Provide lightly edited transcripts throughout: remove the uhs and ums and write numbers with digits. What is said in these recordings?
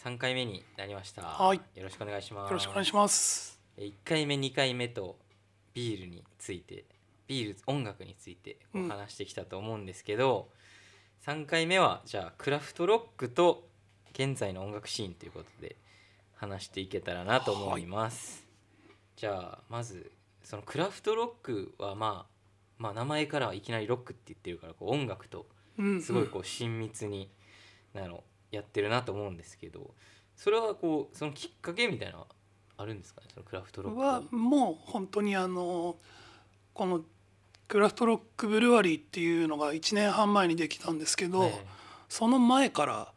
3回目になりました。 はい、 よろしくお願いします。 よろしくお願いします。 1回目2回目とビールについて音楽について話してきたと思うんですけど、3回目はじゃあクラフトロックと現在の音楽シーンということで話していけたらなと思います。じゃあまずそのクラフトロックはまあ名前からはいきなりロックって言ってるから音楽とすごい親密にやってるなと思うんですけど、それはそのきっかけみたいなのあるんですかね。そのクラフトロックはもう本当にこのクラフトロックブルワリーっていうのが1年半前にできたんですけど、その前から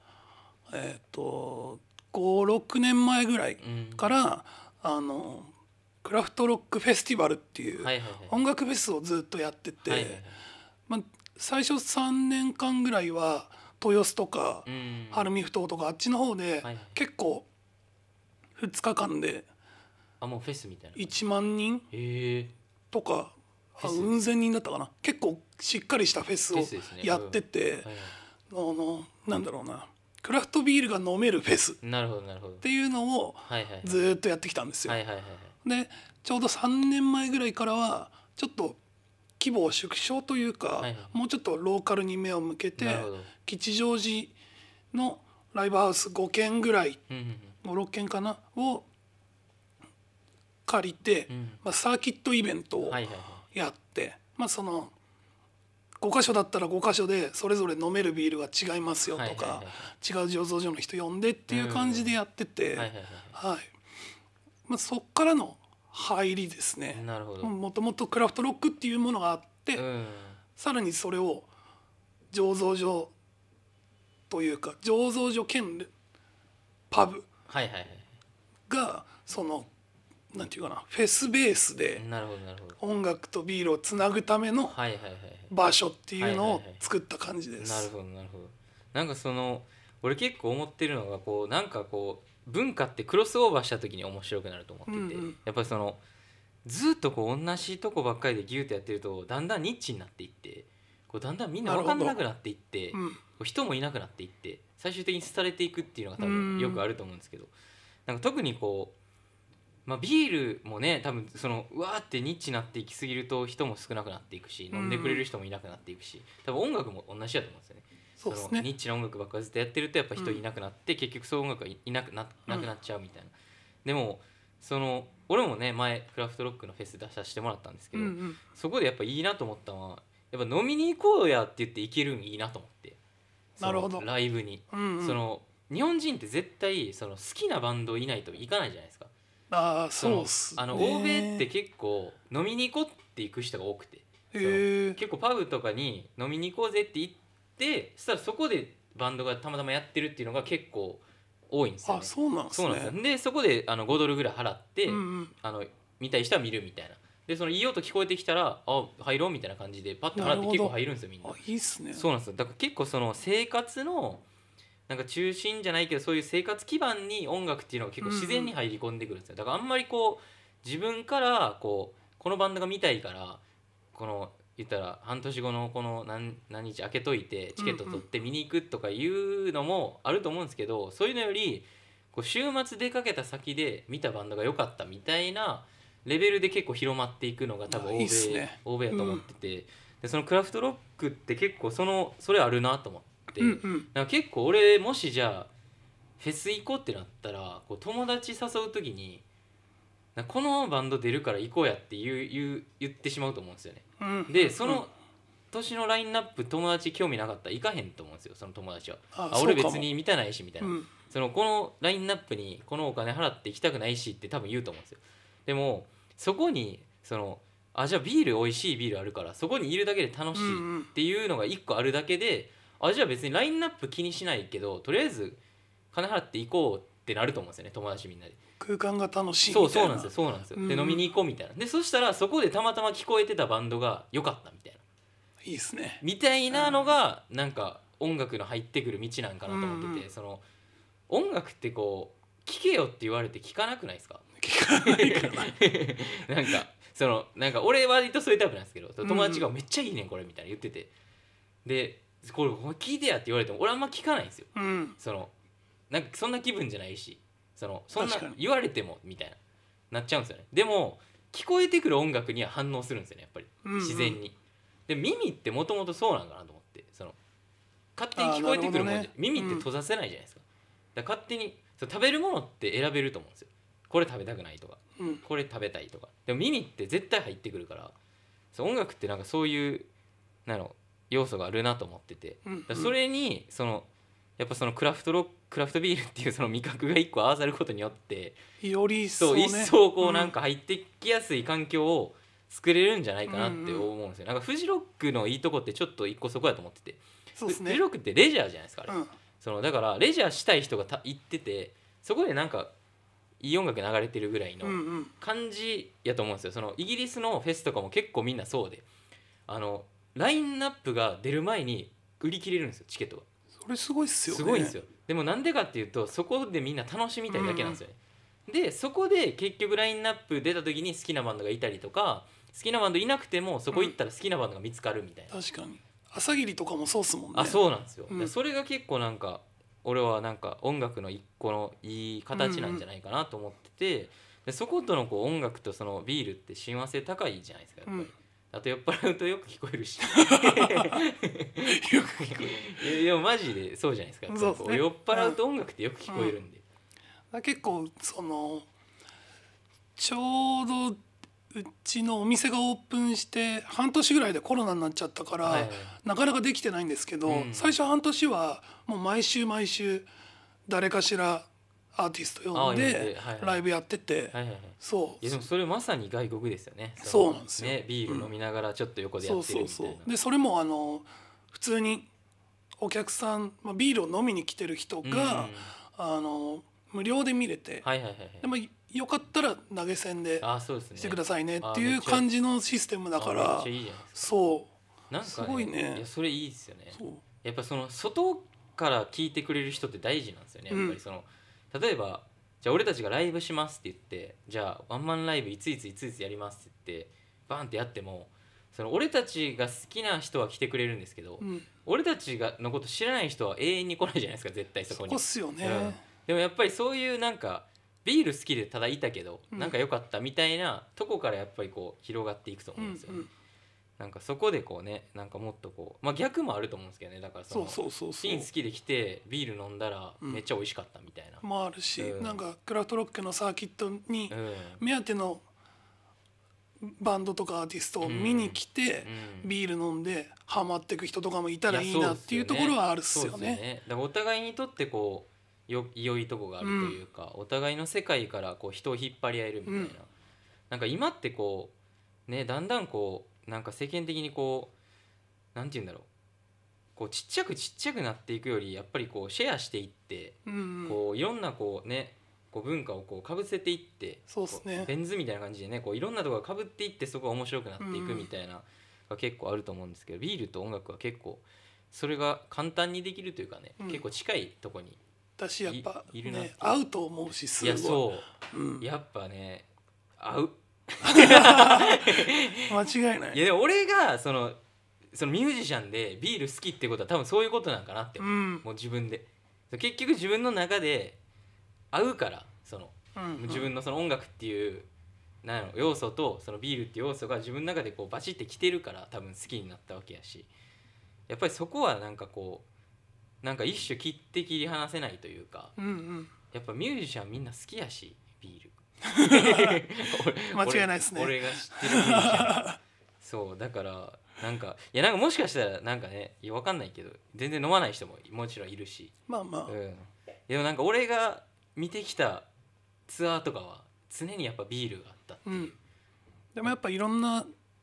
5、6年前ぐらいから、クラフトロックフェスティバルっていう音楽フェスをずっとやってて、最初3年間ぐらいは豊洲とか晴海ふ頭とかあっちの方で結構2日間でもうフェスみたいな 1万人とかうん千人だったかな、結構しっかりしたフェスをやってて、なんだろうな、クラフトビールが飲めるフェスっていうのをずっとやってきたんですよ。でちょうど3年前ぐらいからはちょっと規模を縮小というか、もうちょっとローカルに目を向けて吉祥寺のライブハウス5軒ぐらい、56軒かなを借りて、サーキットイベントをやって、その5か所だったら5か所でそれぞれ飲めるビールが違いますよとか、違う醸造所の人呼んでっていう感じでやってて、そっからの入りですね。もともとクラフトロックっていうものがあって、さらにそれを醸造所というか醸造所兼パブがそのなんていうかな、フェスベースで音楽とビールをつなぐための場所っていうのを作った感じです。 なるほどなるほど。なんかその俺結構思ってるのがなんか文化ってクロスオーバーした時に面白くなると思ってて、やっぱりそのずっと同じとこばっかりでギューってやってるとだんだんニッチになっていって、だんだんみんな分かんなくなっていって、人もいなくなっていって最終的に廃れていくっていうのが多分よくあると思うんですけど、なんか特にビールもね、多分そのうわーってニッチになっていきすぎると人も少なくなっていくし、飲んでくれる人もいなくなっていくし、多分音楽も同じだと思うんですよね。 そうですね。 そのニッチな音楽ばっかりずっとやってるとやっぱ人いなくなって、結局そう音楽がなくなっちゃうみたいな。でもその俺もね前クラフトロックのフェス出させてもらったんですけど、そこでやっぱいいなと思ったのはやっぱ飲みに行こうやって言って行けるんいいなと思って。 なるほど。 ライブに、その日本人って絶対その好きなバンドいないと行かないじゃないですか。 そうっすね。 欧米って結構飲みに行こうって行く人が多くて、結構パブとかに飲みに行こうぜって言って、そしたらそこでバンドがたまたまやってるっていうのが結構多いんですよね。 そうなんですね。 でそこで5ドルぐらい払って、見たい人は見るみたいな。でそのいい音聞こえてきたら入ろうみたいな感じでパッと払って結構入るんですよみんな。 いいっすね。 そうなんですよ。だから結構その生活のなんか中心じゃないけどそういう生活基盤に音楽っていうのが結構自然に入り込んでくるんですよ。だからあんまり自分からこのバンドが見たいから言ったら半年後の何日開けといてチケット取って見に行くとかいうのもあると思うんですけど、そういうのより週末出かけた先で見たバンドが良かったみたいなレベルで結構広まっていくのが多分欧米やと思ってて、でそのクラフトロックって結構それあるなと思って。なんか結構俺もしじゃあフェス行こうってなったら友達誘う時にこのバンド出るから行こうやって言ってしまうと思うんですよね。でその年のラインナップ友達興味なかったら行かへんと思うんですよ、その友達は。俺別に見たないしみたいな、このラインナップにこのお金払って行きたくないしって多分言うと思うんですよ。でもそこにじゃあビール美味しいビールあるからそこにいるだけで楽しいっていうのが一個あるだけで、じゃあ別にラインナップ気にしないけどとりあえず金払って行こうってなると思うんですよね、友達みんなで。 空間が楽しいみたいな。 そうなんですよ。で飲みに行こうみたいな。でそしたらそこでたまたま聞こえてたバンドが良かったみたいな。 いいっすね。 みたいなのがなんか音楽の入ってくる道なんかなと思ってて、その音楽って聴けよって言われて聞かなくないですか？ 聞かないかな。なんか俺割とそういうタイプなんですけど、友達がめっちゃいいねんこれみたいな言ってて、でこれ聞いてやって言われても俺あんま聞かないんですよ。 なんかそんな気分じゃないし、そんな言われてもみたいなっちゃうんですよね。でも聞こえてくる音楽には反応するんですよね、やっぱり自然に。で耳ってもともとそうなんかなと思って、勝手に聞こえてくるもので、耳って閉ざせないじゃないですか。だから勝手に食べるものって選べると思うんですよ。これ食べたくないとか、これ食べたいとか。でも耳って絶対入ってくるから、音楽ってなんかそういう要素があるなと思ってて、それにやっぱクラフトビールっていうその味覚が一個合わさることによってより一層ね、一層こうなんか入ってきやすい環境を作れるんじゃないかなって思うんですよ。なんかフジロックのいいとこってちょっと一個そこやと思ってて、 そうですね、 フジロックってレジャーじゃないですか、あれ、だからレジャーしたい人が行ってて、そこでなんかいい音楽流れてるぐらいの感じやと思うんですよ。イギリスのフェスとかも結構みんなそうで、ラインナップが出る前に売り切れるんですよ、チケットが。 それすごいっすよね。 すごいんですよ。でもなんでかっていうと、そこでみんな楽しみたいだけなんですよね。でそこで結局ラインナップ出た時に好きなバンドがいたりとか、好きなバンドいなくてもそこ行ったら好きなバンドが見つかるみたいな。 確かに朝霧とかもそうっすもんね。 あ、そうなんですよ。それが結構なんか俺はなんか音楽の一個のいい形なんじゃないかなと思ってて、でそことの音楽とそのビールって親和性高いじゃないですか、やっぱり。あと酔っ払うとよく聞こえるしよく聞こえる。いやマジでそうじゃないですか。そうですね、酔っ払うと音楽ってよく聞こえるんで、 結構ちょうどうちのお店がオープンして半年ぐらいでコロナになっちゃったから、なかなかできてないんですけど、最初半年はもう毎週誰かしらアーティスト呼んでライブやってて、 そう。いやでもそれまさに外国ですよね。 そうなんですよね、ビール飲みながらちょっと横でやってるみたいな。 でそれも普通にお客さん、ビールを飲みに来てる人が、無料で見れて、でもよかったら投げ銭でしてくださいねっていう感じのシステムだから、そうなんか、すごいね。 いやそれいいですよね。やっぱ外から聞いてくれる人って大事なんですよね。やっぱり例えばじゃあ俺たちがライブしますって言って、じゃあワンマンライブいついつやりますって言ってバーンってやっても、俺たちが好きな人は来てくれるんですけど、俺たちのこと知らない人は永遠に来ないじゃないですか、絶対そこに。 そうっすよね。 でもやっぱりそういうなんかビール好きでただいたけど、なんか良かったみたいなとこからやっぱり広がっていくと思うんですよね。なんかそこでなんかもっと逆もあると思うんですけどね。だからシーン好きで来てビール飲んだらめっちゃ美味しかったみたいな、 もあるし、なんかクラフトロックのサーキットに目当てのバンドとかアーティストを見に来てビール飲んでハマっていく人とかもいたらいいなっていうところはあるっすよね。 だからお互いにとって良いとこがあるというか、お互いの世界から人を引っ張り合えるみたいな、なんか今ってだんだんなんか世間的になんて言うんだろう、ちっちゃくなっていくより、やっぱりシェアしていって、いろんな文化をかぶせていって、ベン図みたいな感じでね、いろんなところがかぶっていって、そこが面白くなっていくみたいなが結構あると思うんですけど、ビールと音楽は結構それが簡単にできるというかね、結構近いとこに私やっぱね合うと思うし、すごい。いやそう、やっぱね合う間違いない。 いやでも俺がそのミュージシャンでビール好きってことは多分そういうことなんかなって、もう自分で結局自分の中で合うから、自分の音楽っていう要素とビールっていう要素が自分の中でバチってきてるから、多分好きになったわけやし、やっぱりそこはなんかなんか一種切って切り離せないというか、やっぱミュージシャンみんな好きやしビール間違いないですね。 俺が知ってるミュージシャンそうだからなんかもしかしたらなんかね、分かんないけど全然飲まない人ももちろんいるし、でもなんか俺が見てきたツアーとかは常にやっぱビールがあったっていう、 でもやっぱいろんな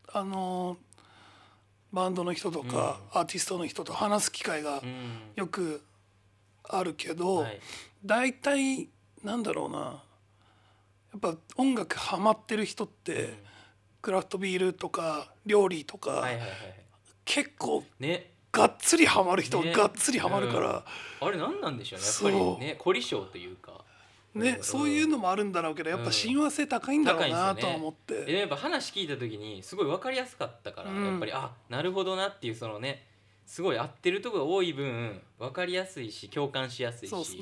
バンドの人とか、アーティストの人と話す機会がよくあるけど、大体なんだろうな、やっぱ音楽ハマってる人って、クラフトビールとか料理とか、結構がっつりハマる人はがっつりハマるから、 あれ何なんでしょうね、やっぱりね、凝り性というかね、そういうのもあるんだろうけど、やっぱ親和性高いんだろうなとは思って、 やっぱ話聞いた時にすごい分かりやすかったから、やっぱりなるほどなっていう、すごい合ってるところが多い分分かりやすいし共感しやすいし、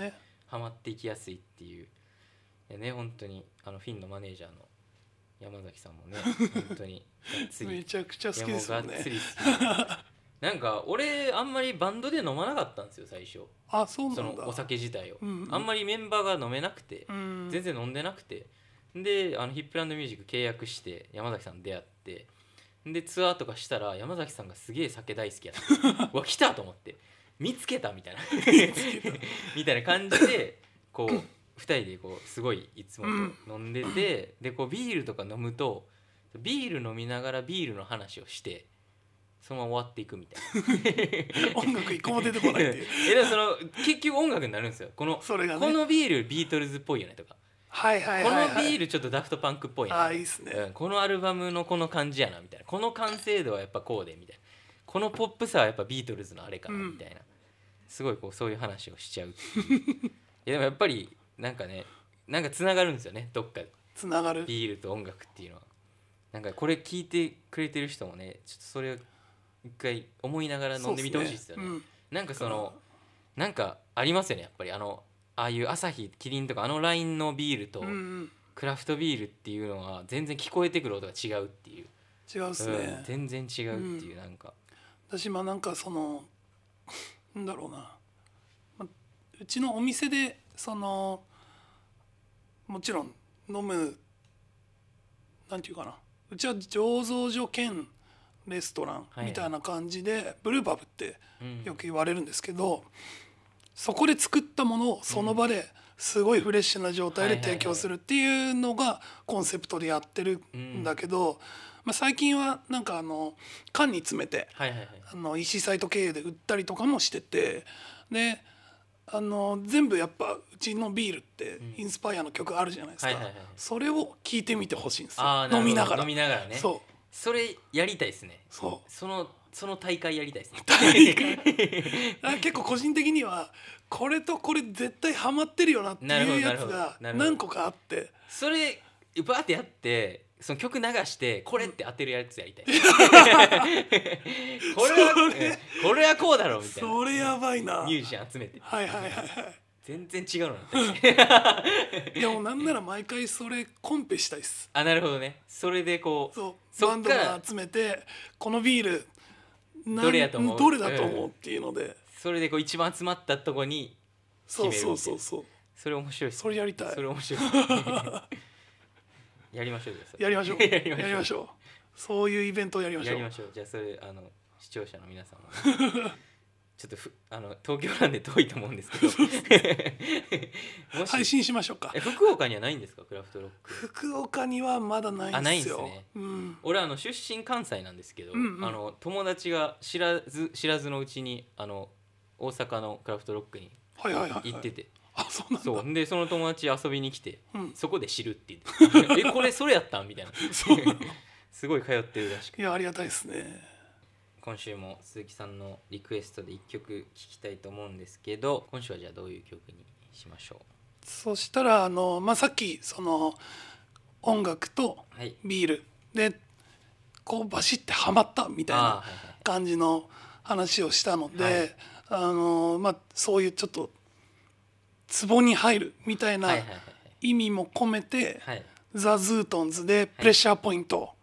ハマっていきやすいっていう。いやね、本当にフィンのマネージャーの山崎さんもね本当にがっつりめちゃくちゃ好きですよね。 がっつり好きなんか俺あんまりバンドで飲まなかったんですよ最初。 あ、そうなんだ。 そのお酒自体を、 うんうん、 あんまりメンバーが飲めなくて、 うん、 全然飲んでなくて、でヒップランドミュージック契約して山崎さんと出会って、でツアーとかしたら山崎さんがすげえ酒大好きやったうわ来たと思って見つけたみたいなみたいな感じでこう2人でこうすごいいつもと飲んでて、でこうビールとか飲むとビール飲みながらビールの話をしてそのまま終わっていくみたいな音楽一個も出てこないっていうでも結局音楽になるんですよ。それが、ね、このビールビートルズっぽいよねとか、 はいはいはいはい、 このビールちょっとダフトパンクっぽいな、 あ、いいっすね、 このアルバムのこの感じやなみたいな、この完成度はやっぱこうでみたいな、このポップさはやっぱビートルズのあれかなみたいな、すごいこうそういう話をしちゃうっていういやでもやっぱりなんかね、なんかつながるんですよね、どっかでつながる。 ビールと音楽っていうのは。なんかこれ聞いてくれてる人もね、ちょっとそれを一回思いながら飲んでみてほしいですよね。なんかなんかありますよね、やっぱりああいうアサヒキリンとかラインのビールとクラフトビールっていうのは全然聞こえてくる音が違うっていう。 違うっすね、 全然違うっていう、なんか私なんかなんだろうな、うちのお店でもちろん飲むなんていうかな、うちは醸造所兼レストランみたいな感じで、ブルーパブってよく言われるんですけど、そこで作ったものをその場ですごいフレッシュな状態で提供するっていうのがコンセプトでやってるんだけど、最近はなんか缶に詰めてEC サイト経由で売ったりとかもしてて、で全部やっぱうちのビールってインスパイアの曲あるじゃないですか、それを聴いてみてほしいんですよ、飲みながらね。それやりたいですね。その大会やりたいですね。 結構個人的にはこれとこれ絶対ハマってるよなっていうやつが何個かあって、 それバーってやってその曲流してこれって当てるやつやりたいこれはこうだろうみたいな。 それやばいな。 ミュージシャン集めて、 はいはいはいはい、 全然違うのないやもうなんなら毎回それコンペしたいっす。 なるほどね。それでこうバンドが集めてこのビールどれだと思うっていうので、 それでこう一番集まったとこに決める。 そうそれ面白いっす。 それやりたい。 それ面白いやりましょう。 やりましょうそういうイベントをやりましょう。 じゃあそれ視聴者の皆さんも、ね、ちょっと東京なんで遠いと思うんですけど配信しましょうか。 福岡にはないんですか、クラフトロック。 福岡にはまだないんですよ。 ないんですね、俺出身関西なんですけど、友達が知らずのうちに大阪のクラフトロックに行ってて、 あ、そうなんだ。 そうでその友達遊びに来て、そこで知るって言ってこれそれやったんみたいなすごい通ってるらしく。 いやありがたいですね。 今週も鈴木さんのリクエストで1曲聴きたいと思うんですけど、今週はじゃあどういう曲にしましょう。 そしたらさっき音楽とビールでこうバシッてハマったみたいな感じの話をしたので、そういうちょっとツボに入るみたいな意味も込めて、ザ・ズートンズでプレッシャーポイント